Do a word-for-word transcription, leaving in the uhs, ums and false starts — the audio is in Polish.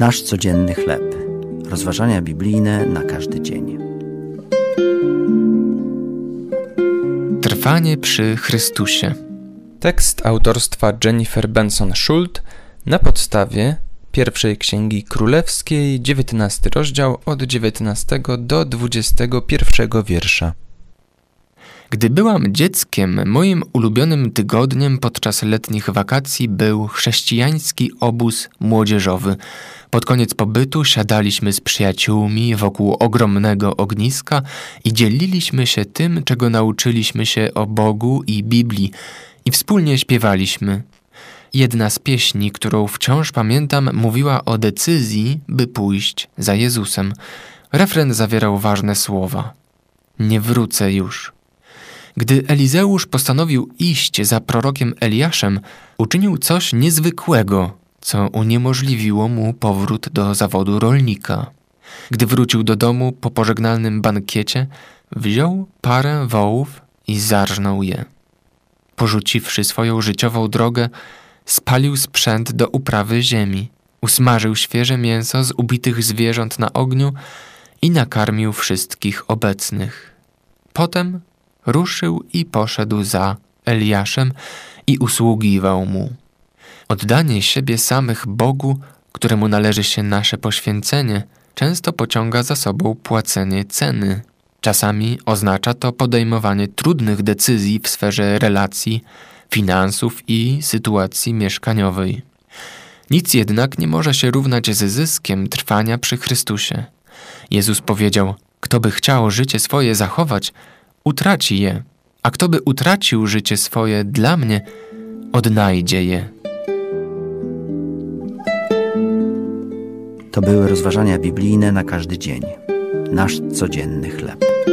Nasz codzienny chleb. Rozważania biblijne na każdy dzień. Trwanie przy Chrystusie. Tekst autorstwa Jennifer Benson Schult na podstawie pierwszej Księgi Królewskiej, dziewiętnasty rozdział od dziewiętnastego do dwudziestego pierwszego wiersza. Gdy byłam dzieckiem, moim ulubionym tygodniem podczas letnich wakacji był chrześcijański obóz młodzieżowy. Pod koniec pobytu siadaliśmy z przyjaciółmi wokół ogromnego ogniska i dzieliliśmy się tym, czego nauczyliśmy się o Bogu i Biblii, i wspólnie śpiewaliśmy. Jedna z pieśni, którą wciąż pamiętam, mówiła o decyzji, by pójść za Jezusem. Refren zawierał ważne słowa: nie wrócę już. Gdy Elizeusz postanowił iść za prorokiem Eliaszem, uczynił coś niezwykłego, co uniemożliwiło mu powrót do zawodu rolnika. Gdy wrócił do domu po pożegnalnym bankiecie, wziął parę wołów i zarżnął je. Porzuciwszy swoją życiową drogę, spalił sprzęt do uprawy ziemi, usmażył świeże mięso z ubitych zwierząt na ogniu i nakarmił wszystkich obecnych. Potem ruszył i poszedł za Eliaszem i usługiwał mu. Oddanie siebie samych Bogu, któremu należy się nasze poświęcenie, często pociąga za sobą płacenie ceny. Czasami oznacza to podejmowanie trudnych decyzji w sferze relacji, finansów i sytuacji mieszkaniowej. Nic jednak nie może się równać z zyskiem trwania przy Chrystusie. Jezus powiedział: kto by chciał życie swoje zachować, utraci je, a kto by utracił życie swoje dla mnie, odnajdzie je. To były rozważania biblijne na każdy dzień. Nasz codzienny chleb.